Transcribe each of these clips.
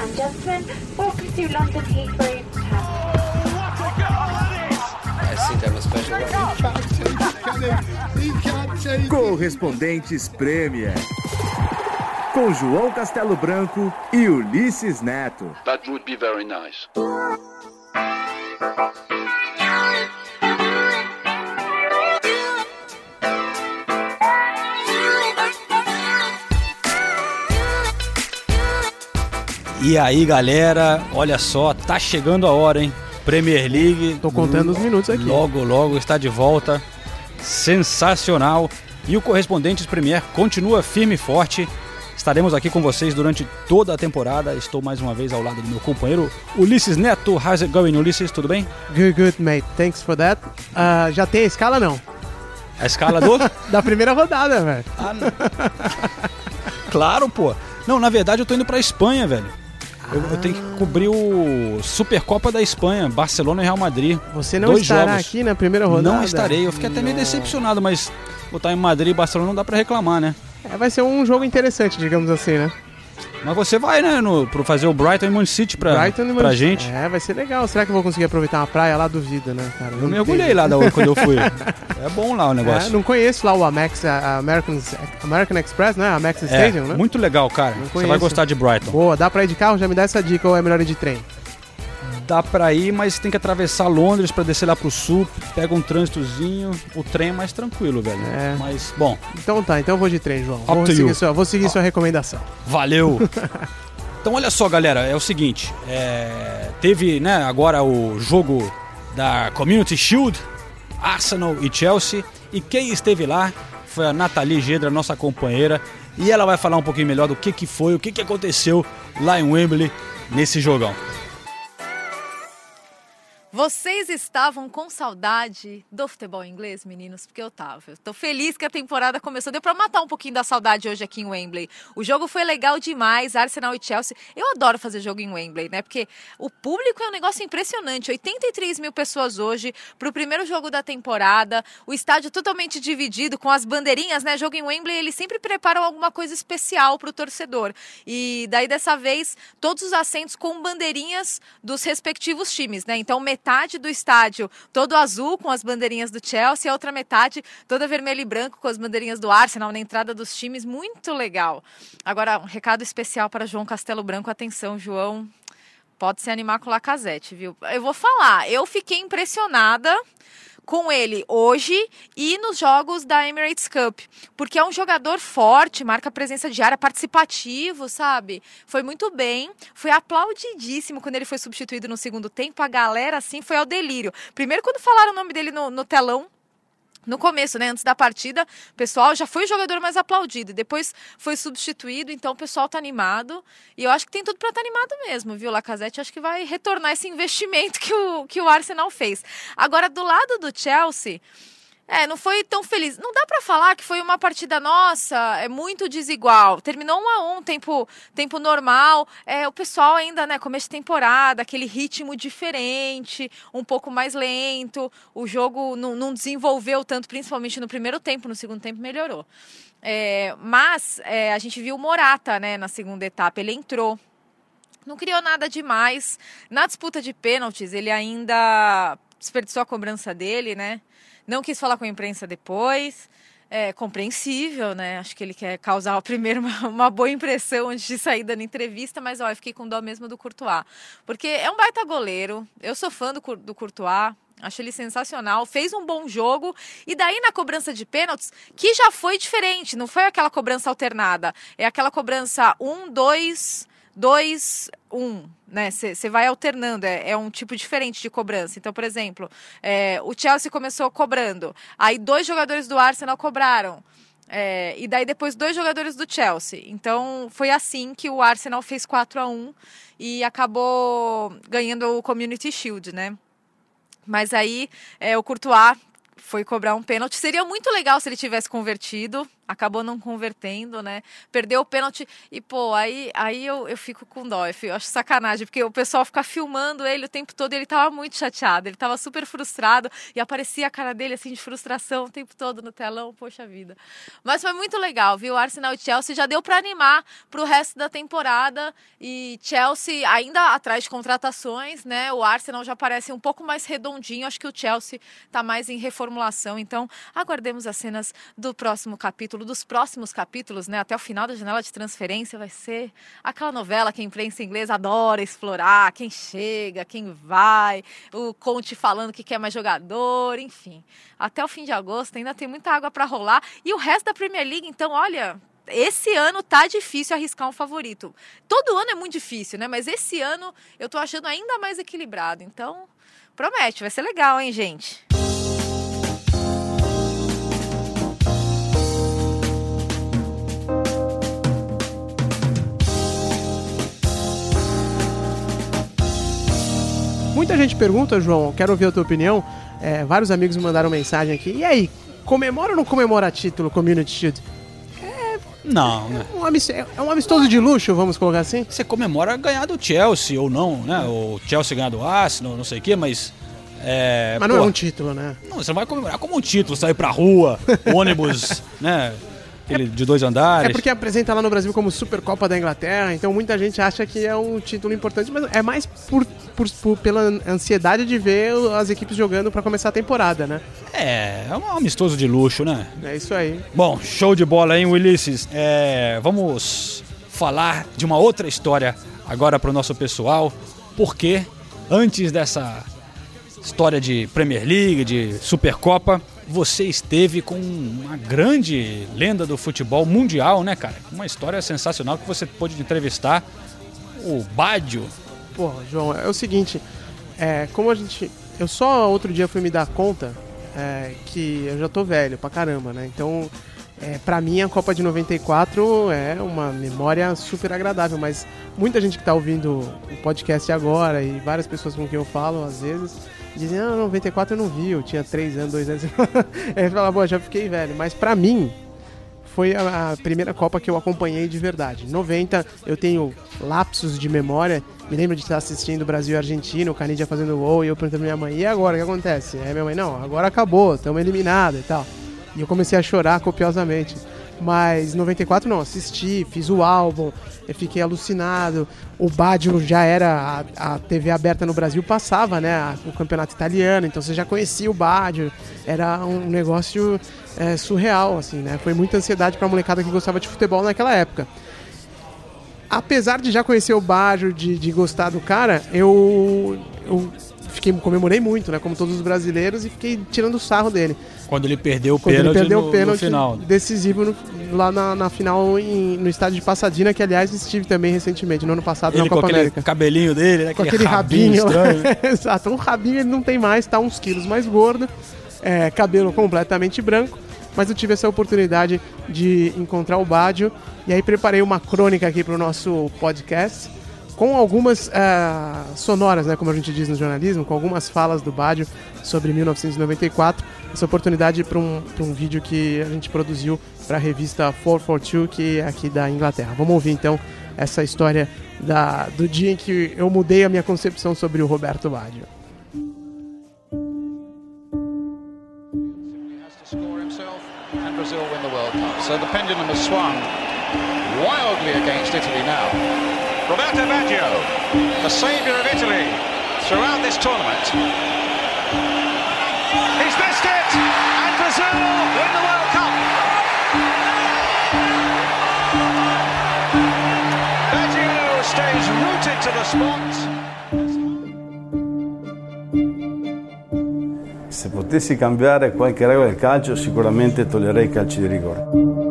and gentlemen, welcome to London Heathrow. I think I'm a special one. Correspondentes Premier. Com João Castelo Branco e Ulisses Neto. That would be very nice. E aí, galera, olha só, tá chegando a hora, hein? Premier League. Tô contando os minutos aqui. Logo está de volta. Sensacional. E o Correspondentes Premier continua firme e forte. Estaremos aqui com vocês durante toda a temporada. Estou mais uma vez ao lado do meu companheiro Ulisses Neto. How's it going, Ulisses? Tudo bem? Good, mate. Thanks for that. Já tem a escala, não? A escala do? Da primeira rodada, velho. Ah, não. Claro, pô. Não, na verdade eu tô indo pra Espanha, velho. Eu tenho que cobrir o Supercopa da Espanha, Barcelona e Real Madrid. Você não 2 estará jogos. aqui na primeira rodada? Não estarei, eu fiquei até meio decepcionado, mas botar em Madrid e Barcelona não dá pra reclamar, né? Vai ser um jogo interessante, digamos assim, né? Mas você vai, né, pro fazer o Brighton e Man City pra gente. Vai ser legal. Será que eu vou conseguir aproveitar uma praia lá? Duvido, né, cara? Eu mergulhei lá quando eu fui. É bom lá o negócio. Não conheço lá o Amex, American Express, né? Amex Stadium, né? Muito legal, cara. Você vai gostar de Brighton. Boa, dá pra ir de carro? Já me dá essa dica ou é melhor ir de trem? Dá pra ir, mas tem que atravessar Londres pra descer lá pro sul, pega um trânsitozinho, o trem é mais tranquilo, velho. Mas, bom. Então eu vou de trem, João. Vou seguir sua recomendação. Valeu! Então olha só, galera, é o seguinte, teve, né, agora o jogo da Community Shield, Arsenal e Chelsea, e quem esteve lá foi a Nathalie Gedra, nossa companheira, e ela vai falar um pouquinho melhor do que foi, o que aconteceu lá em Wembley nesse jogão. Vocês estavam com saudade do futebol inglês, meninos? Porque eu tava. Eu tô feliz que a temporada começou. Deu pra matar um pouquinho da saudade hoje aqui em Wembley. O jogo foi legal demais, Arsenal e Chelsea. Eu adoro fazer jogo em Wembley, né? Porque o público é um negócio impressionante. 83 mil pessoas hoje pro primeiro jogo da temporada. O estádio totalmente dividido com as bandeirinhas, né? Jogo em Wembley, eles sempre preparam alguma coisa especial pro torcedor. E daí, dessa vez, todos os assentos com bandeirinhas dos respectivos times, né? Então, metade do estádio todo azul com as bandeirinhas do Chelsea, a outra metade toda vermelho e branco com as bandeirinhas do Arsenal na entrada dos times, muito legal. Agora, um recado especial para João Castelo Branco, atenção, João, pode se animar com o Lacazette, viu? Eu vou falar, eu fiquei impressionada com ele hoje e nos jogos da Emirates Cup, porque é um jogador forte, marca presença diária, participativo, sabe? Foi muito bem, foi aplaudidíssimo quando ele foi substituído no segundo tempo, a galera, assim, foi ao delírio. Primeiro, quando falaram o nome dele no telão, no começo, né, antes da partida, o pessoal já foi o jogador mais aplaudido, depois foi substituído, então o pessoal tá animado, e eu acho que tem tudo pra estar animado mesmo, viu, Lacazette? Acho que vai retornar esse investimento que o Arsenal fez. Agora, do lado do Chelsea, não foi tão feliz. Não dá pra falar que foi uma partida, nossa, muito desigual. Terminou 1-1, tempo normal. O pessoal ainda, né, começo de temporada, aquele ritmo diferente, um pouco mais lento. O jogo não desenvolveu tanto, principalmente no primeiro tempo. No segundo tempo melhorou. Mas a gente viu o Morata, né, na segunda etapa. Ele entrou. Não criou nada demais. Na disputa de pênaltis, ele ainda desperdiçou a cobrança dele, né? Não quis falar com a imprensa depois. É compreensível, né? Acho que ele quer causar primeiro uma boa impressão antes de sair dando entrevista, mas eu fiquei com dó mesmo do Courtois. Porque é um baita goleiro. Eu sou fã do Courtois. Acho ele sensacional. Fez um bom jogo. E daí na cobrança de pênaltis, que já foi diferente. Não foi aquela cobrança alternada. É aquela cobrança 1-2... 2-1, né? Você vai alternando, é um tipo diferente de cobrança. Então, por exemplo, o Chelsea começou cobrando, aí 2 jogadores do Arsenal cobraram, e daí depois 2 jogadores do Chelsea. Então, foi assim que o Arsenal fez 4-1 e acabou ganhando o Community Shield, né? Mas aí o Courtois foi cobrar um pênalti. Seria muito legal se ele tivesse convertido. acabou não convertendo, né? Perdeu o pênalti e, pô, aí eu fico com dó, eu acho sacanagem, porque o pessoal fica filmando ele o tempo todo e ele tava muito chateado, ele tava super frustrado e aparecia a cara dele, assim, de frustração o tempo todo no telão, poxa vida. Mas foi muito legal, viu? Arsenal e Chelsea já deu pra animar pro resto da temporada e Chelsea ainda atrás de contratações, né? O Arsenal já parece um pouco mais redondinho, acho que o Chelsea tá mais em reformulação, então aguardemos as cenas do próximo capítulo, dos próximos capítulos, né? Até o final da janela de transferência vai ser aquela novela que a imprensa inglesa adora explorar, quem chega, quem vai, o Conte falando que quer mais jogador, enfim. Até o fim de agosto ainda tem muita água para rolar e o resto da Premier League, então, olha, esse ano tá difícil arriscar um favorito. Todo ano é muito difícil, né? Mas esse ano eu tô achando ainda mais equilibrado, então promete, vai ser legal, hein, gente? Muita gente pergunta, João, quero ouvir a tua opinião. Vários amigos me mandaram mensagem aqui. E aí, comemora ou não comemora título Community Shield? Não, né? É um amistoso de luxo, vamos colocar assim? Você comemora ganhar do Chelsea ou não, né? O Chelsea ganhar do Arsenal, não sei o quê, mas... Mas não é um título, né? Não, você não vai comemorar como um título, sair pra rua, ônibus, né? Aquele de 2 andares. É porque apresenta lá no Brasil como Supercopa da Inglaterra, então muita gente acha que é um título importante, mas é mais pela ansiedade de ver as equipes jogando pra começar a temporada, né? É um amistoso de luxo, né? É isso aí. Bom, show de bola, hein, Ulisses? Vamos falar de uma outra história agora pro nosso pessoal, porque antes dessa história de Premier League, de Supercopa, você esteve com uma grande lenda do futebol mundial, né, cara? Uma história sensacional que você pôde entrevistar, o Baggio. Pô, João, é o seguinte, eu só outro dia fui me dar conta que eu já tô velho pra caramba, né? Então, pra mim a Copa de 94 é uma memória super agradável, mas muita gente que tá ouvindo o podcast agora e várias pessoas com quem eu falo, às vezes, dizem, 94 eu não vi, eu tinha 3 anos, 2 anos. Aí fala, já fiquei velho. Mas pra mim, foi a primeira Copa que eu acompanhei de verdade. 90, eu tenho lapsos de memória. Me lembro de estar assistindo Brasil e Argentina, o Canidia fazendo gol, e eu perguntando pra minha mãe, e agora, o que acontece? Aí minha mãe, não, agora acabou, estamos eliminados e tal. E eu comecei a chorar copiosamente. Mas 94 não, assisti, fiz o álbum, eu fiquei alucinado. O Baggio já era, a TV aberta no Brasil passava, né, o campeonato italiano, então você já conhecia o Baggio. Era um negócio surreal, assim, né? Foi muita ansiedade pra molecada que gostava de futebol naquela época. Apesar de já conhecer o Baggio, de gostar do cara, eu comemorei muito, né, como todos os brasileiros, e fiquei tirando sarro dele. Quando ele perdeu o pênalti no final. Decisivo lá na final no estádio de Pasadena, que aliás estive também recentemente, no ano passado, na Copa América. Com aquele cabelinho dele, né? Com aquele rabinho estranho. Exato, um rabinho ele não tem mais, tá uns quilos mais gordo, cabelo completamente branco, mas eu tive essa oportunidade de encontrar o Baggio, e aí preparei uma crônica aqui pro nosso podcast, com algumas sonoras, né, como a gente diz no jornalismo, com algumas falas do Baggio sobre 1994. Essa oportunidade para um vídeo que a gente produziu para a revista 442, que é aqui da Inglaterra. Vamos ouvir então essa história do dia em que eu mudei a minha concepção sobre o Roberto Baggio. Brazil win the World Cup. So the pendulum has swung wildly against Italy now. Roberto Baggio, the saviour of Italy throughout this tournament. He's missed it, and Brazil win the World Cup. Baggio stays rooted to the spot. Se potessi cambiare qualche regola del calcio, sicuramente toglierei i calci di rigore.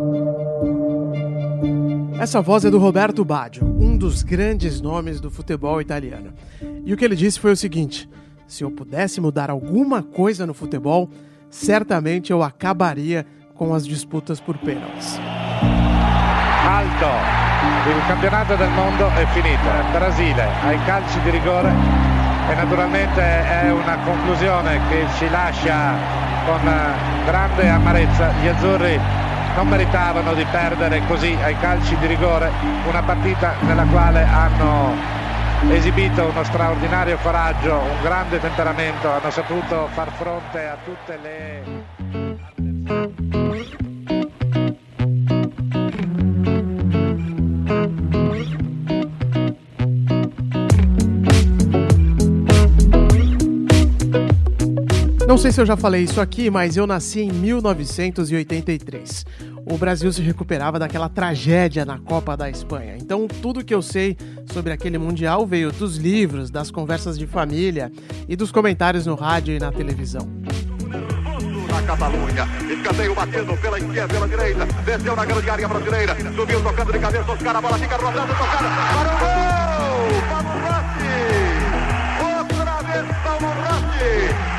Essa voz é do Roberto Baggio, um dos grandes nomes do futebol italiano. E o que ele disse foi o seguinte: se eu pudesse mudar alguma coisa no futebol, certamente eu acabaria com as disputas por pênaltis. Alto, il campionato del mondo è finito. Brasile ai calci di rigore e naturalmente è una conclusione che ci lascia con grande amarezza. Gli azzurri non meritavano di perdere così ai calci di rigore una partita nella quale hanno esibito uno straordinario coraggio, un grande temperamento, hanno saputo far fronte a tutte le... Não sei se eu já falei isso aqui, mas eu nasci em 1983. O Brasil se recuperava daquela tragédia na Copa da Espanha. Então, tudo que eu sei sobre aquele Mundial veio dos livros, das conversas de família e dos comentários no rádio e na televisão. Na Catalunha, escanteio batendo pela esquerda, pela direita, desceu na grande área brasileira, subiu tocando de cabeça, Oscar, a bola fica rodando, tocada, para o gol! Paulo Rossi! Outra vez Paulo Rossi!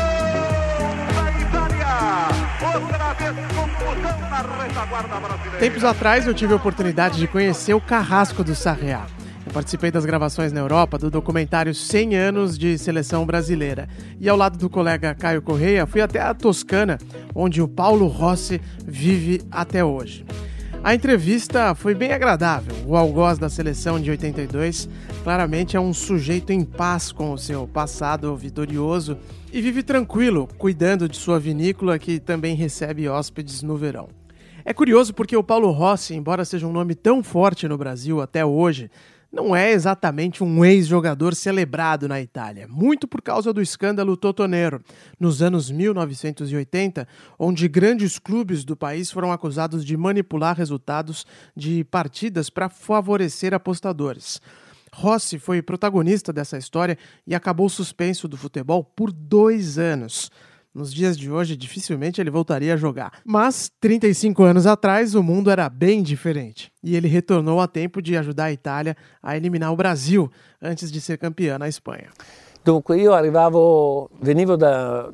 Tempos atrás eu tive a oportunidade de conhecer o Carrasco do Sarriá. Eu participei das gravações na Europa do documentário 100 anos de seleção brasileira. E ao lado do colega Caio Correia, fui até a Toscana, onde o Paulo Rossi vive até hoje. A entrevista foi bem agradável. O algoz da seleção de 82 claramente é um sujeito em paz com o seu passado vitorioso e vive tranquilo, cuidando de sua vinícola que também recebe hóspedes no verão. É curioso porque o Paulo Rossi, embora seja um nome tão forte no Brasil até hoje, não é exatamente um ex-jogador celebrado na Itália, muito por causa do escândalo Totonero, nos anos 1980, onde grandes clubes do país foram acusados de manipular resultados de partidas para favorecer apostadores. Rossi foi protagonista dessa história e acabou suspenso do futebol por 2 anos. Nos dias de hoje, dificilmente ele voltaria a jogar. Mas, 35 anos atrás, o mundo era bem diferente. E ele retornou a tempo de ajudar a Itália a eliminar o Brasil antes de ser campeã na Espanha. Dunque, io venivo da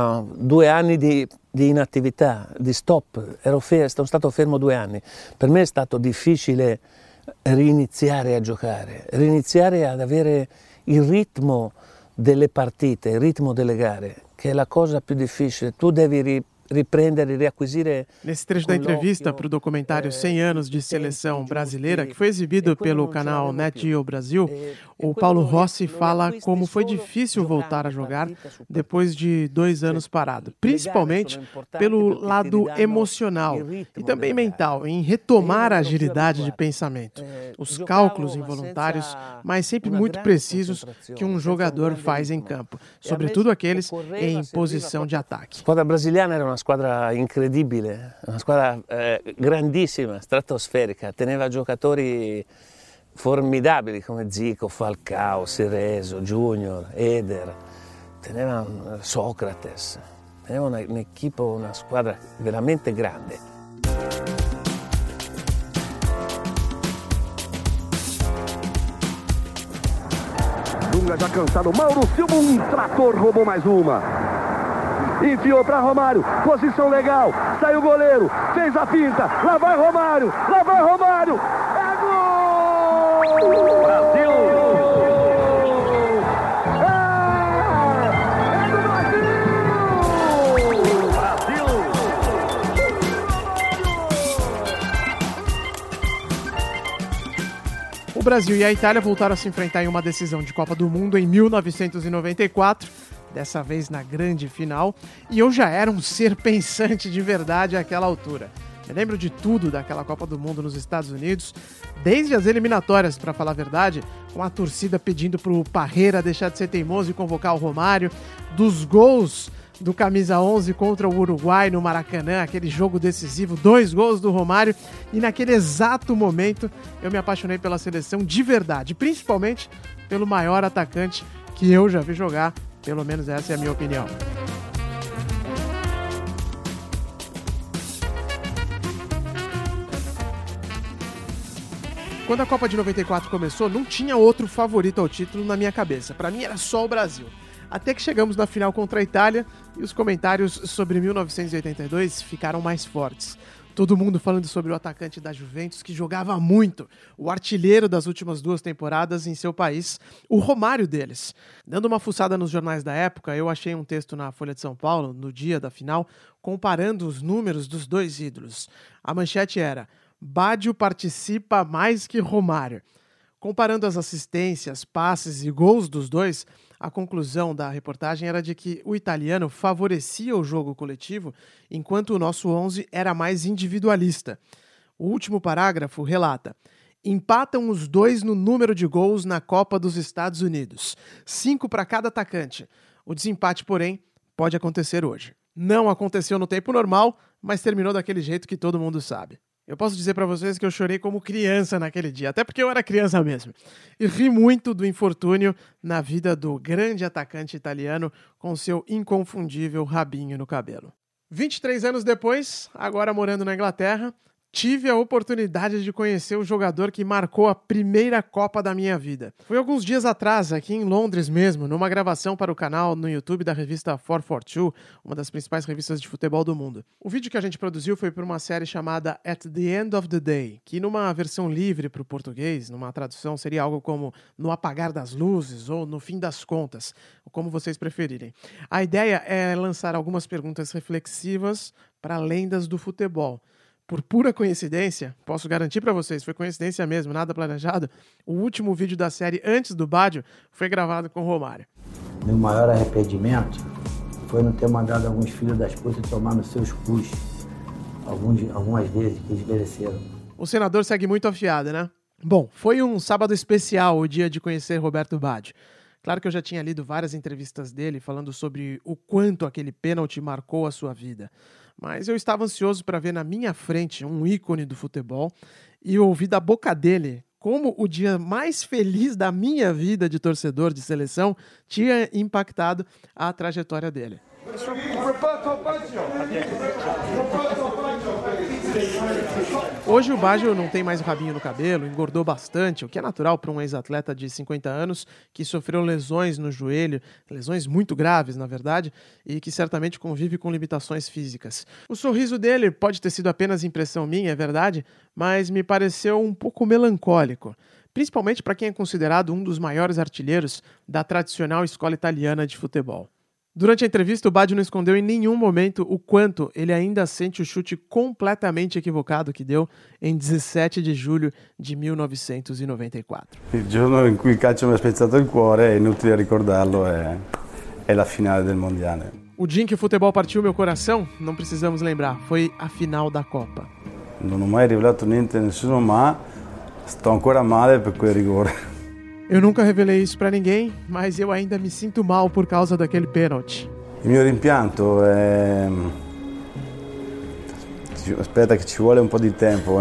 2 anni di inattività, di stop. Sono stato fermo 2 anni. Per me è stato difficile riniziare a giocare, riniziare ad avere il ritmo delle partite, il ritmo delle gare, che è la cosa più difficile. Tu devi riprendere, reacquisire... Nesse trecho da entrevista para o documentário 100 anos de seleção brasileira, que foi exibido pelo canal Net Geo Brasil, o Paulo Rossi fala como foi difícil voltar a jogar depois de 2 anos parado, principalmente pelo lado emocional e também mental, em retomar a agilidade de pensamento, os cálculos involuntários, mas sempre muito precisos que um jogador faz em campo, sobretudo aqueles em posição de ataque. A squadra brasiliana era una squadra incredibile, una squadra grandissima, stratosferica, teneva giocatori formidabili come Zico, Falcao, Cerezo, Junior, Eder, teneva Socrates, teneva un'equipe, una squadra veramente grande. Dunga já cansado, Mauro Silva, um trator, roubou mais uma. Enfiou para Romário, posição legal, saiu o goleiro, fez a finta, lá vai Romário, é gol! Brasil! É do Brasil! O Brasil e a Itália voltaram a se enfrentar em uma decisão de Copa do Mundo em 1994, dessa vez na grande final, e eu já era um ser pensante de verdade àquela altura. Me lembro de tudo daquela Copa do Mundo nos Estados Unidos, desde as eliminatórias, para falar a verdade, com a torcida pedindo pro Parreira deixar de ser teimoso e convocar o Romário, dos gols do camisa 11 contra o Uruguai no Maracanã, aquele jogo decisivo, 2 gols do Romário, e naquele exato momento eu me apaixonei pela seleção de verdade, principalmente pelo maior atacante que eu já vi jogar. Pelo menos essa é a minha opinião. Quando a Copa de 94 começou, não tinha outro favorito ao título na minha cabeça. Para mim era só o Brasil. Até que chegamos na final contra a Itália e os comentários sobre 1982 ficaram mais fortes. Todo mundo falando sobre o atacante da Juventus que jogava muito, o artilheiro das últimas 2 temporadas em seu país, o Romário deles. Dando uma fuçada nos jornais da época, eu achei um texto na Folha de São Paulo, no dia da final, comparando os números dos 2 ídolos. A manchete era: Baggio participa mais que Romário. Comparando as assistências, passes e gols dos dois, a conclusão da reportagem era de que o italiano favorecia o jogo coletivo, enquanto o nosso 11 era mais individualista. O último parágrafo relata: empatam os dois no número de gols na Copa dos Estados Unidos. 5 para cada atacante. O desempate, porém, pode acontecer hoje. Não aconteceu no tempo normal, mas terminou daquele jeito que todo mundo sabe. Eu posso dizer para vocês que eu chorei como criança naquele dia, até porque eu era criança mesmo. E ri muito do infortúnio na vida do grande atacante italiano com seu inconfundível rabinho no cabelo. 23 anos depois, agora morando na Inglaterra, tive a oportunidade de conhecer o jogador que marcou a primeira Copa da minha vida. Foi alguns dias atrás, aqui em Londres mesmo, numa gravação para o canal no YouTube da revista 442, uma das principais revistas de futebol do mundo. O vídeo que a gente produziu foi para uma série chamada At the End of the Day, que numa versão livre para o português, numa tradução, seria algo como No Apagar das Luzes ou No Fim das Contas, ou como vocês preferirem. A ideia é lançar algumas perguntas reflexivas para lendas do futebol. Por pura coincidência, posso garantir para vocês, foi coincidência mesmo, nada planejado, o último vídeo da série antes do Baggio foi gravado com o Romário. Meu maior arrependimento foi não ter mandado alguns filhos das putas tomar nos seus cus, algumas vezes que eles mereceram. O senador segue muito afiado, né? Bom, foi um sábado especial o dia de conhecer Roberto Baggio. Claro que eu já tinha lido várias entrevistas dele falando sobre o quanto aquele pênalti marcou a sua vida. Mas eu estava ansioso para ver na minha frente um ícone do futebol e ouvir da boca dele como o dia mais feliz da minha vida de torcedor de seleção tinha impactado a trajetória dele. Hoje o Baggio não tem mais o rabinho no cabelo, engordou bastante, o que é natural para um ex-atleta de 50 anos que sofreu lesões no joelho, lesões muito graves, na verdade, e que certamente convive com limitações físicas. O sorriso dele pode ter sido apenas impressão minha, é verdade, mas me pareceu um pouco melancólico, principalmente para quem é considerado um dos maiores artilheiros da tradicional escola italiana de futebol. Durante a entrevista, o Baggio não escondeu em nenhum momento o quanto ele ainda sente o chute completamente equivocado que deu em 17 de julho de 1994. Il giorno in cui il calcio mi ha spezzato il cuore, è inutile ricordarlo, è la finale del mondiale. O dia em que o futebol partiu meu coração, não precisamos lembrar, foi a final da Copa. Non ho mai rivelato niente a nessuno, ma sto ancora male per quel rigore. Eu nunca revelei isso pra ninguém, mas eu ainda me sinto mal por causa daquele pênalti. Il mio rimpianto è... Aspetta che ci vuole un po' di tempo,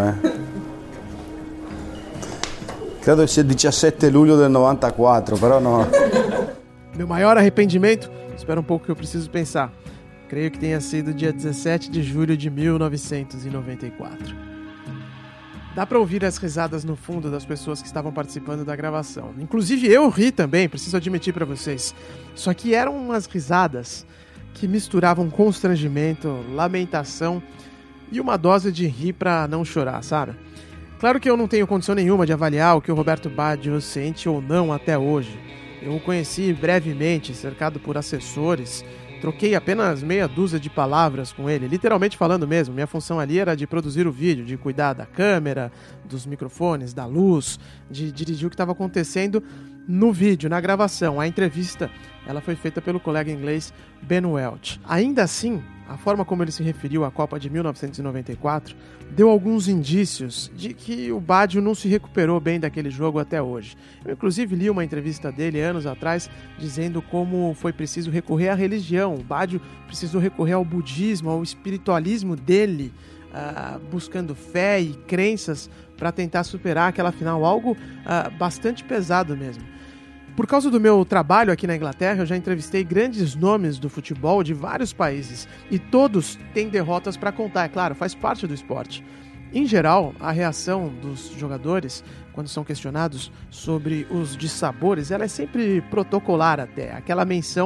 Credo che sia 17 luglio del 94, però no. Meu maior arrependimento? Espera um pouco que eu preciso pensar. Creio que tenha sido dia 17 de julho de 1994. Dá pra ouvir as risadas no fundo das pessoas que estavam participando da gravação. Inclusive eu ri também, preciso admitir pra vocês. Só que eram umas risadas que misturavam constrangimento, lamentação e uma dose de rir pra não chorar, sabe? Claro que eu não tenho condição nenhuma de avaliar o que o Roberto Baggio sente ou não até hoje. Eu o conheci brevemente, cercado por assessores. Troquei apenas meia dúzia de palavras com ele, literalmente falando mesmo. Minha função ali era de produzir o vídeo, de cuidar da câmera, dos microfones, da luz, de dirigir o que estava acontecendo no vídeo, na gravação. A entrevista ela foi feita pelo colega inglês Ben Welch. Ainda assim, a forma como ele se referiu à Copa de 1994 deu alguns indícios de que o Baggio não se recuperou bem daquele jogo até hoje. Eu, inclusive, li uma entrevista dele anos atrás dizendo como foi preciso recorrer à religião. O Baggio precisou recorrer ao budismo, ao espiritualismo dele, buscando fé e crenças para tentar superar aquela final, algo bastante pesado mesmo. Por causa do meu trabalho aqui na Inglaterra, eu já entrevistei grandes nomes do futebol de vários países e todos têm derrotas para contar, é claro, faz parte do esporte. Em geral, a reação dos jogadores, quando são questionados sobre os dissabores, ela é sempre protocolar até, aquela menção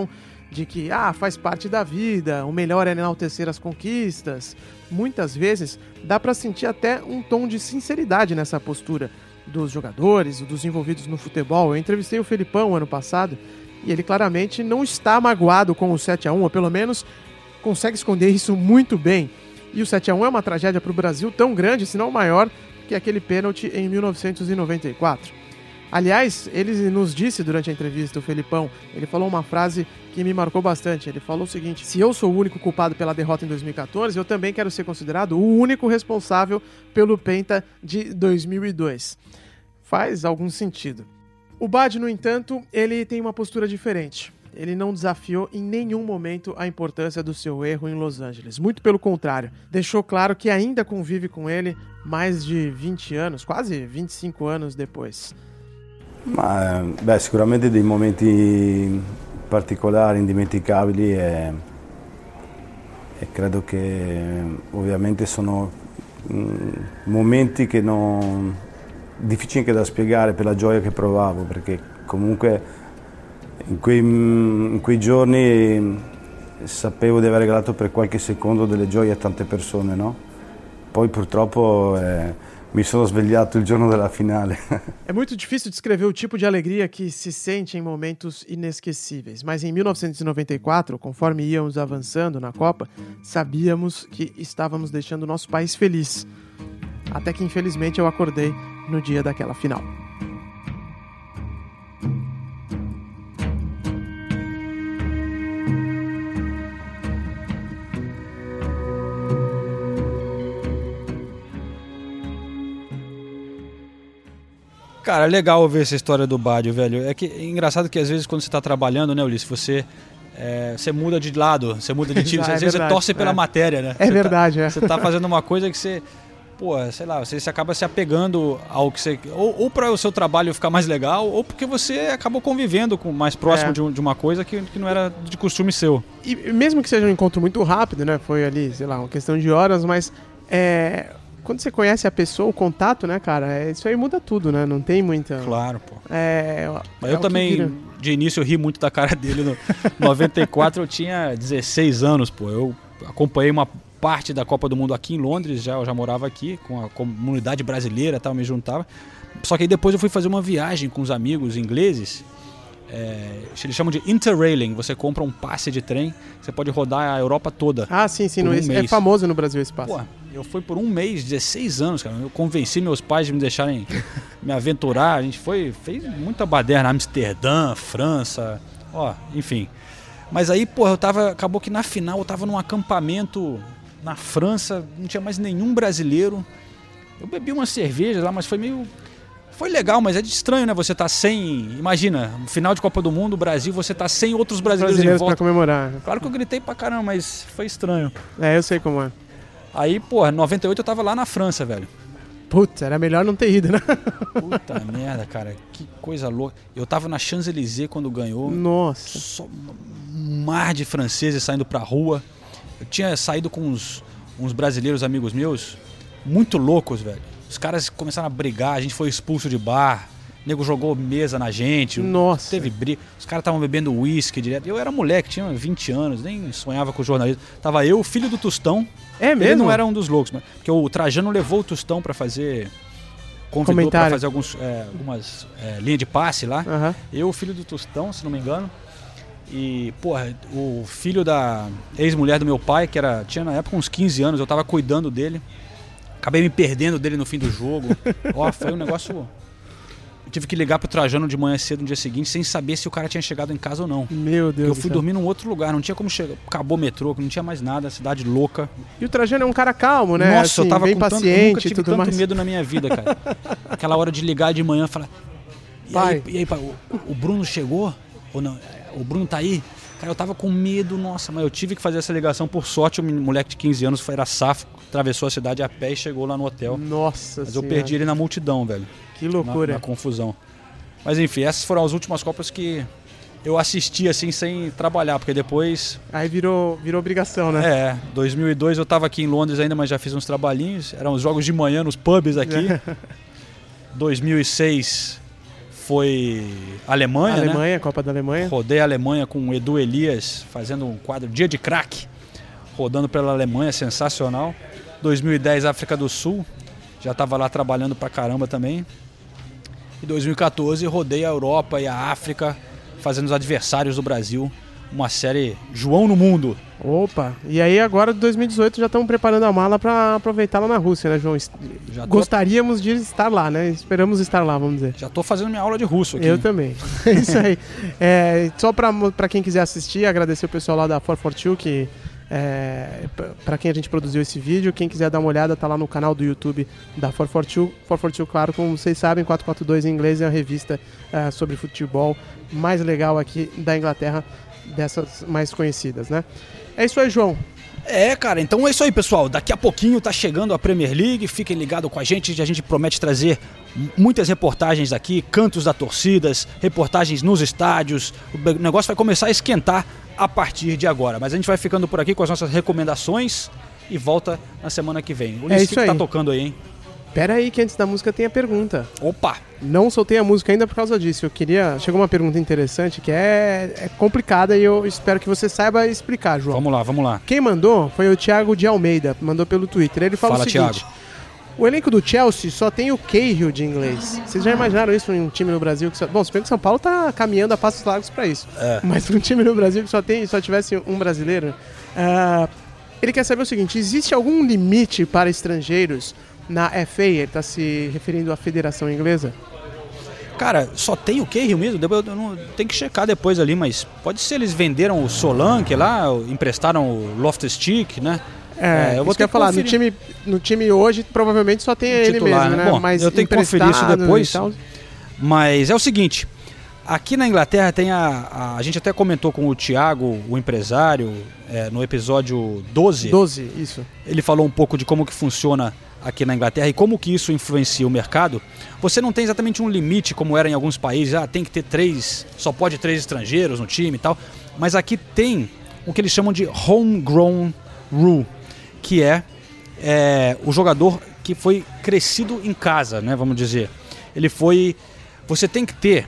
de que faz parte da vida, o melhor é enaltecer as conquistas. Muitas vezes dá para sentir até um tom de sinceridade nessa postura dos jogadores, dos envolvidos no futebol. Eu entrevistei o Felipão ano passado e ele claramente não está magoado com o 7-1, ou pelo menos consegue esconder isso muito bem. E o 7-1 é uma tragédia para o Brasil tão grande, se não maior, que aquele pênalti em 1994. Aliás, ele nos disse durante a entrevista, o Felipão, ele falou uma frase que me marcou bastante. Ele falou o seguinte: se eu sou o único culpado pela derrota em 2014, eu também quero ser considerado o único responsável pelo Penta de 2002. Faz algum sentido. O Bad, no entanto, ele tem uma postura diferente. Ele não desafiou em nenhum momento a importância do seu erro em Los Angeles. Muito pelo contrário, deixou claro que ainda convive com ele mais de 20 anos, quase 25 anos depois. Ma, sicuramente dei momenti particolari, indimenticabili e credo che ovviamente sono momenti che difficili anche da spiegare per la gioia che provavo, perché comunque in quei giorni sapevo di aver regalato per qualche secondo delle gioie a tante persone, no? Poi purtroppo mi sono svegliato il giorno della finale. É muito difícil descrever o tipo de alegria que se sente em momentos inesquecíveis, mas em 1994, conforme íamos avançando na Copa, sabíamos que estávamos deixando o nosso país feliz. Até que, infelizmente, eu acordei no dia daquela final. Cara, é legal ver essa história do Badio, velho. É engraçado que às vezes quando você tá trabalhando, né, Ulisses, você muda de lado, você muda de time, às vezes você torce pela matéria, né? É verdade, Você tá fazendo uma coisa que você, sei lá, você acaba se apegando ao que você... Ou para o seu trabalho ficar mais legal, ou porque você acabou convivendo mais próximo de uma coisa que não era de costume seu. E mesmo que seja um encontro muito rápido, né? Foi ali, sei lá, uma questão de horas, mas... Quando você conhece a pessoa, o contato, né, cara, isso aí muda tudo, né? Não tem muita... Claro, pô. Mas eu também, de início, eu ri muito da cara dele. No 94 eu tinha 16 anos, pô. Eu acompanhei uma parte da Copa do Mundo aqui em Londres, eu já morava aqui, com a comunidade brasileira e tal, me juntava. Só que aí depois eu fui fazer uma viagem com os amigos ingleses. Eles chamam de interrailing. Você compra um passe de trem, você pode rodar a Europa toda. Sim, é famoso no Brasil esse passe. Pô, eu fui por um mês, 16 anos, cara. Eu convenci meus pais de me deixarem me aventurar. A gente fez muita baderna, Amsterdã, França, enfim. Mas aí, pô, acabou que na final eu tava num acampamento na França, não tinha mais nenhum brasileiro. Eu bebi uma cerveja lá, mas foi legal, mas é estranho, né? Você tá sem... Imagina, no final de Copa do Mundo, Brasil, você tá sem outros brasileiros em volta. Pra comemorar. Claro que eu gritei pra caramba, mas foi estranho. Eu sei como é. Aí, pô, em 98 eu tava lá na França, velho. Putz, era melhor não ter ido, né? Puta merda, cara, que coisa louca. Eu tava na Champs-Élysées quando ganhou. Nossa. Só um mar de franceses saindo pra rua. Eu tinha saído com uns brasileiros amigos meus, muito loucos, velho. Os caras começaram a brigar, a gente foi expulso de bar, o nego jogou mesa na gente. Nossa. Teve briga, os caras estavam bebendo uísque direto. Eu era moleque, tinha 20 anos, nem sonhava com jornalismo. Tava eu, o filho do Tostão. É mesmo? Ele não era um dos loucos, porque o Trajano levou o Tostão pra fazer... Convidou pra fazer algumas linhas de passe lá. Uhum. Eu, o filho do Tostão, se não me engano. E, porra, o filho da ex-mulher do meu pai, tinha na época uns 15 anos, eu tava cuidando dele. Acabei me perdendo dele no fim do jogo. Foi um negócio... Eu tive que ligar pro Trajano de manhã cedo no dia seguinte, sem saber se o cara tinha chegado em casa ou não. Meu Deus. Eu fui dormir num outro lugar, não tinha como chegar. Acabou o metrô, não tinha mais nada, cidade louca. E o Trajano é um cara calmo, né? Nossa, assim, eu tava bem com paciente, eu nunca tive tudo tanto mais. medo na minha vida, cara. Aquela hora de ligar de manhã e falar... Pai. E aí, pai, o Bruno chegou? Ou não? O Bruno tá aí? Cara, eu tava com medo, nossa, mas eu tive que fazer essa ligação. Por sorte, um moleque de 15 anos era safo, atravessou a cidade a pé e chegou lá no hotel. Nossa Mas eu perdi ele na multidão, velho. Que loucura. Na confusão. Mas enfim, essas foram as últimas Copas que eu assisti assim sem trabalhar, porque depois... Aí virou obrigação, né? 2002 eu tava aqui em Londres ainda, mas já fiz uns trabalhinhos. Eram os jogos de manhã nos pubs aqui. 2006 foi Alemanha, né? Copa da Alemanha. Rodei a Alemanha com o Edu Elias, fazendo um quadro Dia de Crack, rodando pela Alemanha, sensacional. 2010, África do Sul, já estava lá trabalhando pra caramba também. E 2014, rodei a Europa e a África, fazendo os adversários do Brasil, uma série João no Mundo. Opa, e aí agora de 2018 já estamos preparando a mala para aproveitar lá na Rússia, né, João? Gostaríamos de estar lá, né? Esperamos estar lá, vamos dizer. Já estou fazendo minha aula de russo aqui. Eu também. É isso aí. Só para quem quiser assistir, agradecer o pessoal lá da 442 que para quem a gente produziu esse vídeo. Quem quiser dar uma olhada, tá lá no canal do YouTube da 442. 442, claro, como vocês sabem, 442 em inglês é a revista sobre futebol mais legal aqui da Inglaterra, dessas mais conhecidas, né? É isso aí, João. Cara, então é isso aí, pessoal. Daqui a pouquinho tá chegando a Premier League, fiquem ligados com a gente promete trazer muitas reportagens aqui, cantos da torcidas, reportagens nos estádios. O negócio vai começar a esquentar a partir de agora, mas a gente vai ficando por aqui com as nossas recomendações e volta na semana que vem. O Ulisses, o que tá tocando aí, hein? Pera aí, que antes da música tem a pergunta. Opa! Não soltei a música ainda por causa disso. Chegou uma pergunta interessante que é complicada e eu espero que você saiba explicar, João. Vamos lá. Quem mandou foi o Thiago de Almeida, mandou pelo Twitter. Ele fala o seguinte: Thiago. O elenco do Chelsea só tem o Cahill de inglês. Vocês já imaginaram isso em um time no Brasil? Bom, se bem que São Paulo tá caminhando a passos largos para isso. Mas um time no Brasil que só tivesse um brasileiro. Ele quer saber o seguinte: existe algum limite para estrangeiros na FA? Ele está se referindo à Federação Inglesa? Cara, só tem o Cahill mesmo? Tem que checar depois ali, mas pode ser eles venderam o Solanke lá, emprestaram o Loftus-Cheek, né? Eu vou ter que falar, no time hoje provavelmente só tem ele titular, mesmo, né? Bom, mas eu tenho que conferir isso depois. Mas é o seguinte, aqui na Inglaterra tem a gente até comentou com o Thiago, o empresário, no episódio 12. 12, isso. Ele falou um pouco de como que funciona aqui na Inglaterra e como que isso influencia o mercado. Você não tem exatamente um limite como era em alguns países, tem que ter só pode 3 estrangeiros no time e tal, mas aqui tem o que eles chamam de homegrown rule, que é o jogador que foi crescido em casa, né, vamos dizer. Você tem que ter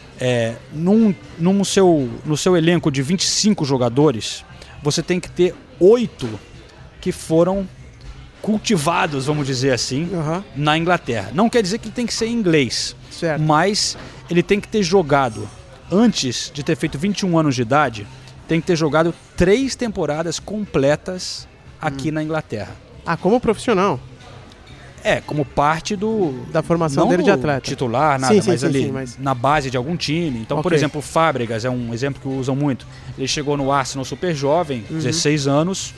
no seu elenco de 25 jogadores, você tem que ter 8 que foram cultivados, vamos dizer assim, na Inglaterra. Não quer dizer que tem que ser em inglês, certo, mas ele tem que ter jogado, antes de ter feito 21 anos de idade, tem que ter jogado 3 temporadas completas aqui na Inglaterra. Como profissional? Como parte da formação dele de atleta. Titular, nada, mas na base de algum time. Então, por exemplo, o Fábregas é um exemplo que usam muito. Ele chegou no Arsenal super jovem, 16 anos,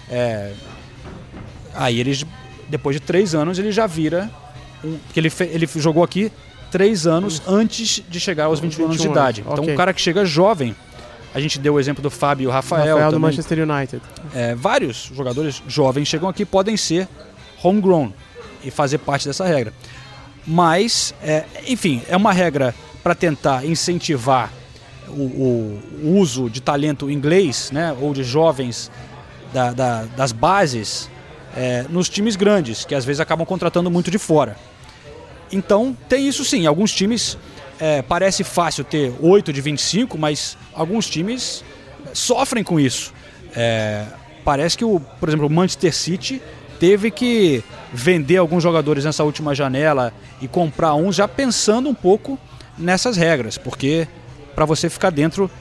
aí depois de 3 anos ele já vira porque ele jogou aqui 3 anos antes de chegar aos 21 anos de idade. Então o cara que chega jovem, a gente deu o exemplo do Fábio e o Rafael também, do Manchester United. Vários jogadores jovens chegam aqui, podem ser homegrown e fazer parte dessa regra. Mas, enfim, é uma regra para tentar incentivar o uso de talento inglês, né, ou de jovens das bases nos times grandes, que às vezes acabam contratando muito de fora. Então, tem isso sim. Alguns times, parece fácil ter 8 de 25, mas alguns times sofrem com isso. Parece que, por exemplo, o Manchester City teve que vender alguns jogadores nessa última janela e comprar uns já pensando um pouco nessas regras, porque para você ficar dentro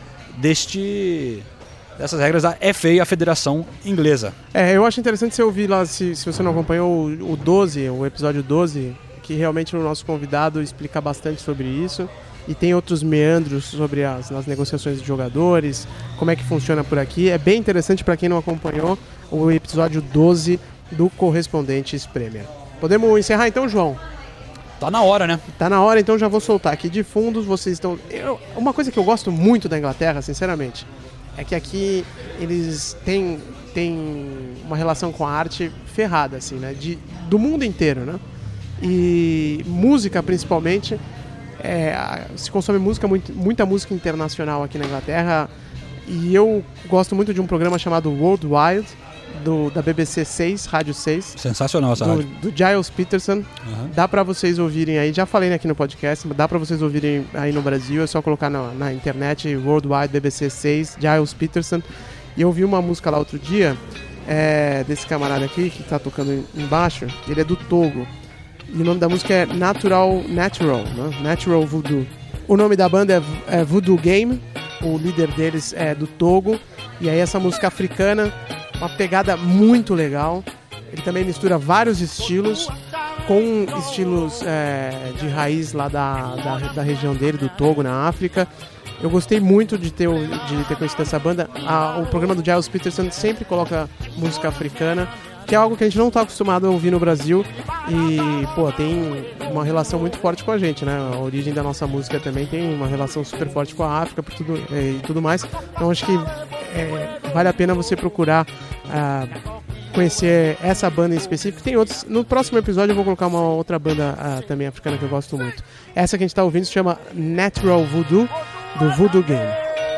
dessas regras da FA, a Federação Inglesa. Eu acho interessante você ouvir lá, se você não acompanhou o episódio 12, que realmente o nosso convidado explica bastante sobre isso, e tem outros meandros sobre as negociações de jogadores, como é que funciona por aqui. É bem interessante para quem não acompanhou o episódio 12 do Correspondentes Premier. Podemos encerrar então, João? Tá na hora, né? Tá na hora, então já vou soltar aqui de fundos. Vocês estão... Uma coisa que eu gosto muito da Inglaterra, sinceramente, é que aqui eles têm uma relação com a arte ferrada, assim, né? Do mundo inteiro, né? E música, principalmente, se consome muita música internacional aqui na Inglaterra. E eu gosto muito de um programa chamado World Wide, da BBC 6, Rádio 6. Sensacional essa rádio. Do Giles Peterson. Dá pra vocês ouvirem aí, já falei aqui no podcast, dá pra vocês ouvirem aí no Brasil, é só colocar na internet, Worldwide BBC 6, Giles Peterson. E eu ouvi uma música lá outro dia, desse camarada aqui, que tá tocando embaixo, ele é do Togo. E o nome da música é Natural, né? Natural Voodoo. O nome da banda é Voodoo Game, o líder deles é do Togo. E aí essa música africana, uma pegada muito legal. Ele também mistura vários estilos, com estilos de raiz lá da região dele, do Togo, na África. Eu gostei muito de ter conhecido essa banda. O programa do Giles Peterson sempre coloca música africana, que é algo que a gente não está acostumado a ouvir no Brasil e, pô, tem uma relação muito forte com a gente, né? A origem da nossa música também tem uma relação super forte com a África e tudo mais. Então acho que vale a pena você procurar conhecer essa banda em específico. Tem outros. No próximo episódio eu vou colocar uma outra banda também africana que eu gosto muito. Essa que a gente está ouvindo se chama Natural Voodoo, do Voodoo Game.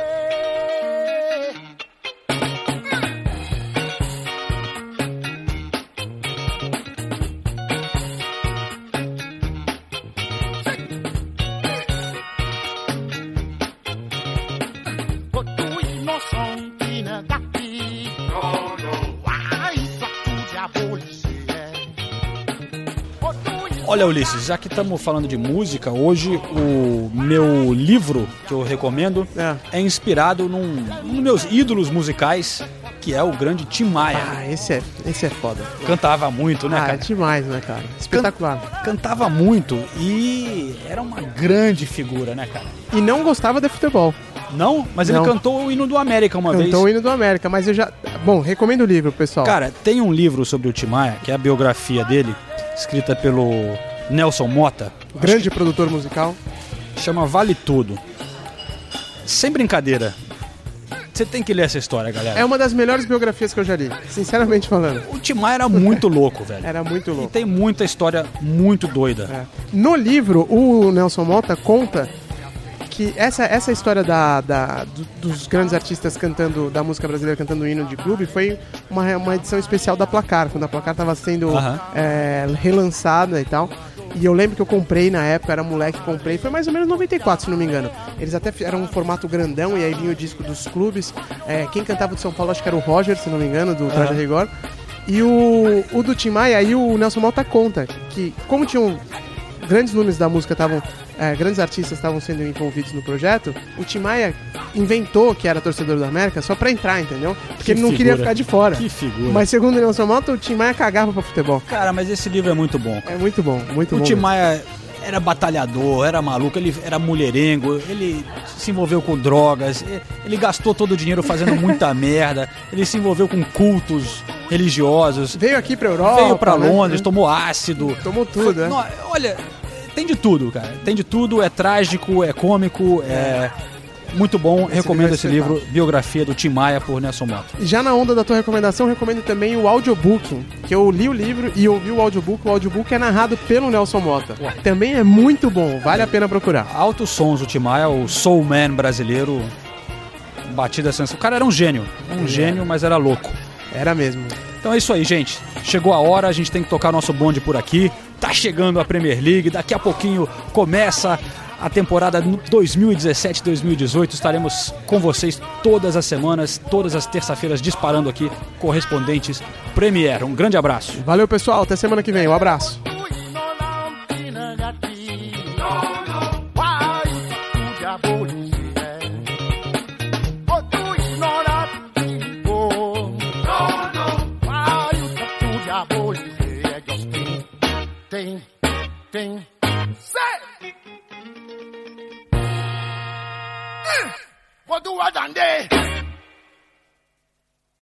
Olha, Ulisses, já que estamos falando de música, hoje o meu livro que eu recomendo é inspirado num dos meus ídolos musicais, que é o grande Tim Maia. Esse é foda. Cantava muito, né, cara? É demais, né, cara? Espetacular. Cantava muito e era uma grande figura, né, cara? E não gostava de futebol. Não? Mas ele cantou o hino do América uma vez. Cantou o hino do América, mas eu já... Bom, recomendo o livro, pessoal. Cara, tem um livro sobre o Tim Maia, que é a biografia dele, escrita pelo Nelson Motta. Grande produtor musical. Chama Vale Tudo. Sem brincadeira. Você tem que ler essa história, galera. É uma das melhores biografias que eu já li, sinceramente falando. O Tim Maia era muito louco, velho. Era muito louco. E tem muita história muito doida. No livro, o Nelson Motta conta que essa história dos grandes artistas cantando, da música brasileira cantando o hino de clube, foi uma edição especial da Placar, quando a Placar estava sendo relançada e tal. E eu lembro que eu comprei na época, era moleque, comprei, foi mais ou menos 94, se não me engano. Eles até eram um formato grandão, e aí vinha o disco dos clubes. Quem cantava de São Paulo, acho que era o Roger, se não me engano, do Traje Rigor. E o do Tim Maia, aí o Nelson Motta conta que, como tinham grandes nomes da música, grandes artistas estavam sendo envolvidos no projeto, o Tim Maia inventou que era torcedor do América só pra entrar, entendeu? Porque ele não queria ficar de fora. Que figura. Mas segundo o Nelson Motta, o Tim Maia cagava pra futebol. Cara, mas esse livro é muito bom. É muito bom, muito bom. O Tim Maia era batalhador, era maluco, ele era mulherengo, ele se envolveu com drogas, ele gastou todo o dinheiro fazendo muita merda, ele se envolveu com cultos religiosos. Veio aqui pra Europa. Veio pra Londres, tomou ácido. Tomou tudo, né? Olha, tem de tudo, cara. Tem de tudo, é trágico, é cômico, é muito bom. Recomendo esse livro, Biografia do Tim Maia, por Nelson Motta. E já na onda da tua recomendação, recomendo também o audiobook, que eu li o livro e ouvi o audiobook. O audiobook é narrado pelo Nelson Motta. Também é muito bom, vale a pena procurar. Altos sons do Tim Maia, o soul man brasileiro, batida sensacional. O cara era um gênio, gênio, mas era louco. Era mesmo. Então é isso aí, gente. Chegou a hora, a gente tem que tocar nosso bonde por aqui. Tá chegando a Premier League, daqui a pouquinho começa a temporada 2017-2018. Estaremos com vocês todas as semanas, todas as terças-feiras, disparando aqui Correspondentes Premier. Um grande abraço. Valeu, pessoal. Até semana que vem. Um abraço. What do I done there?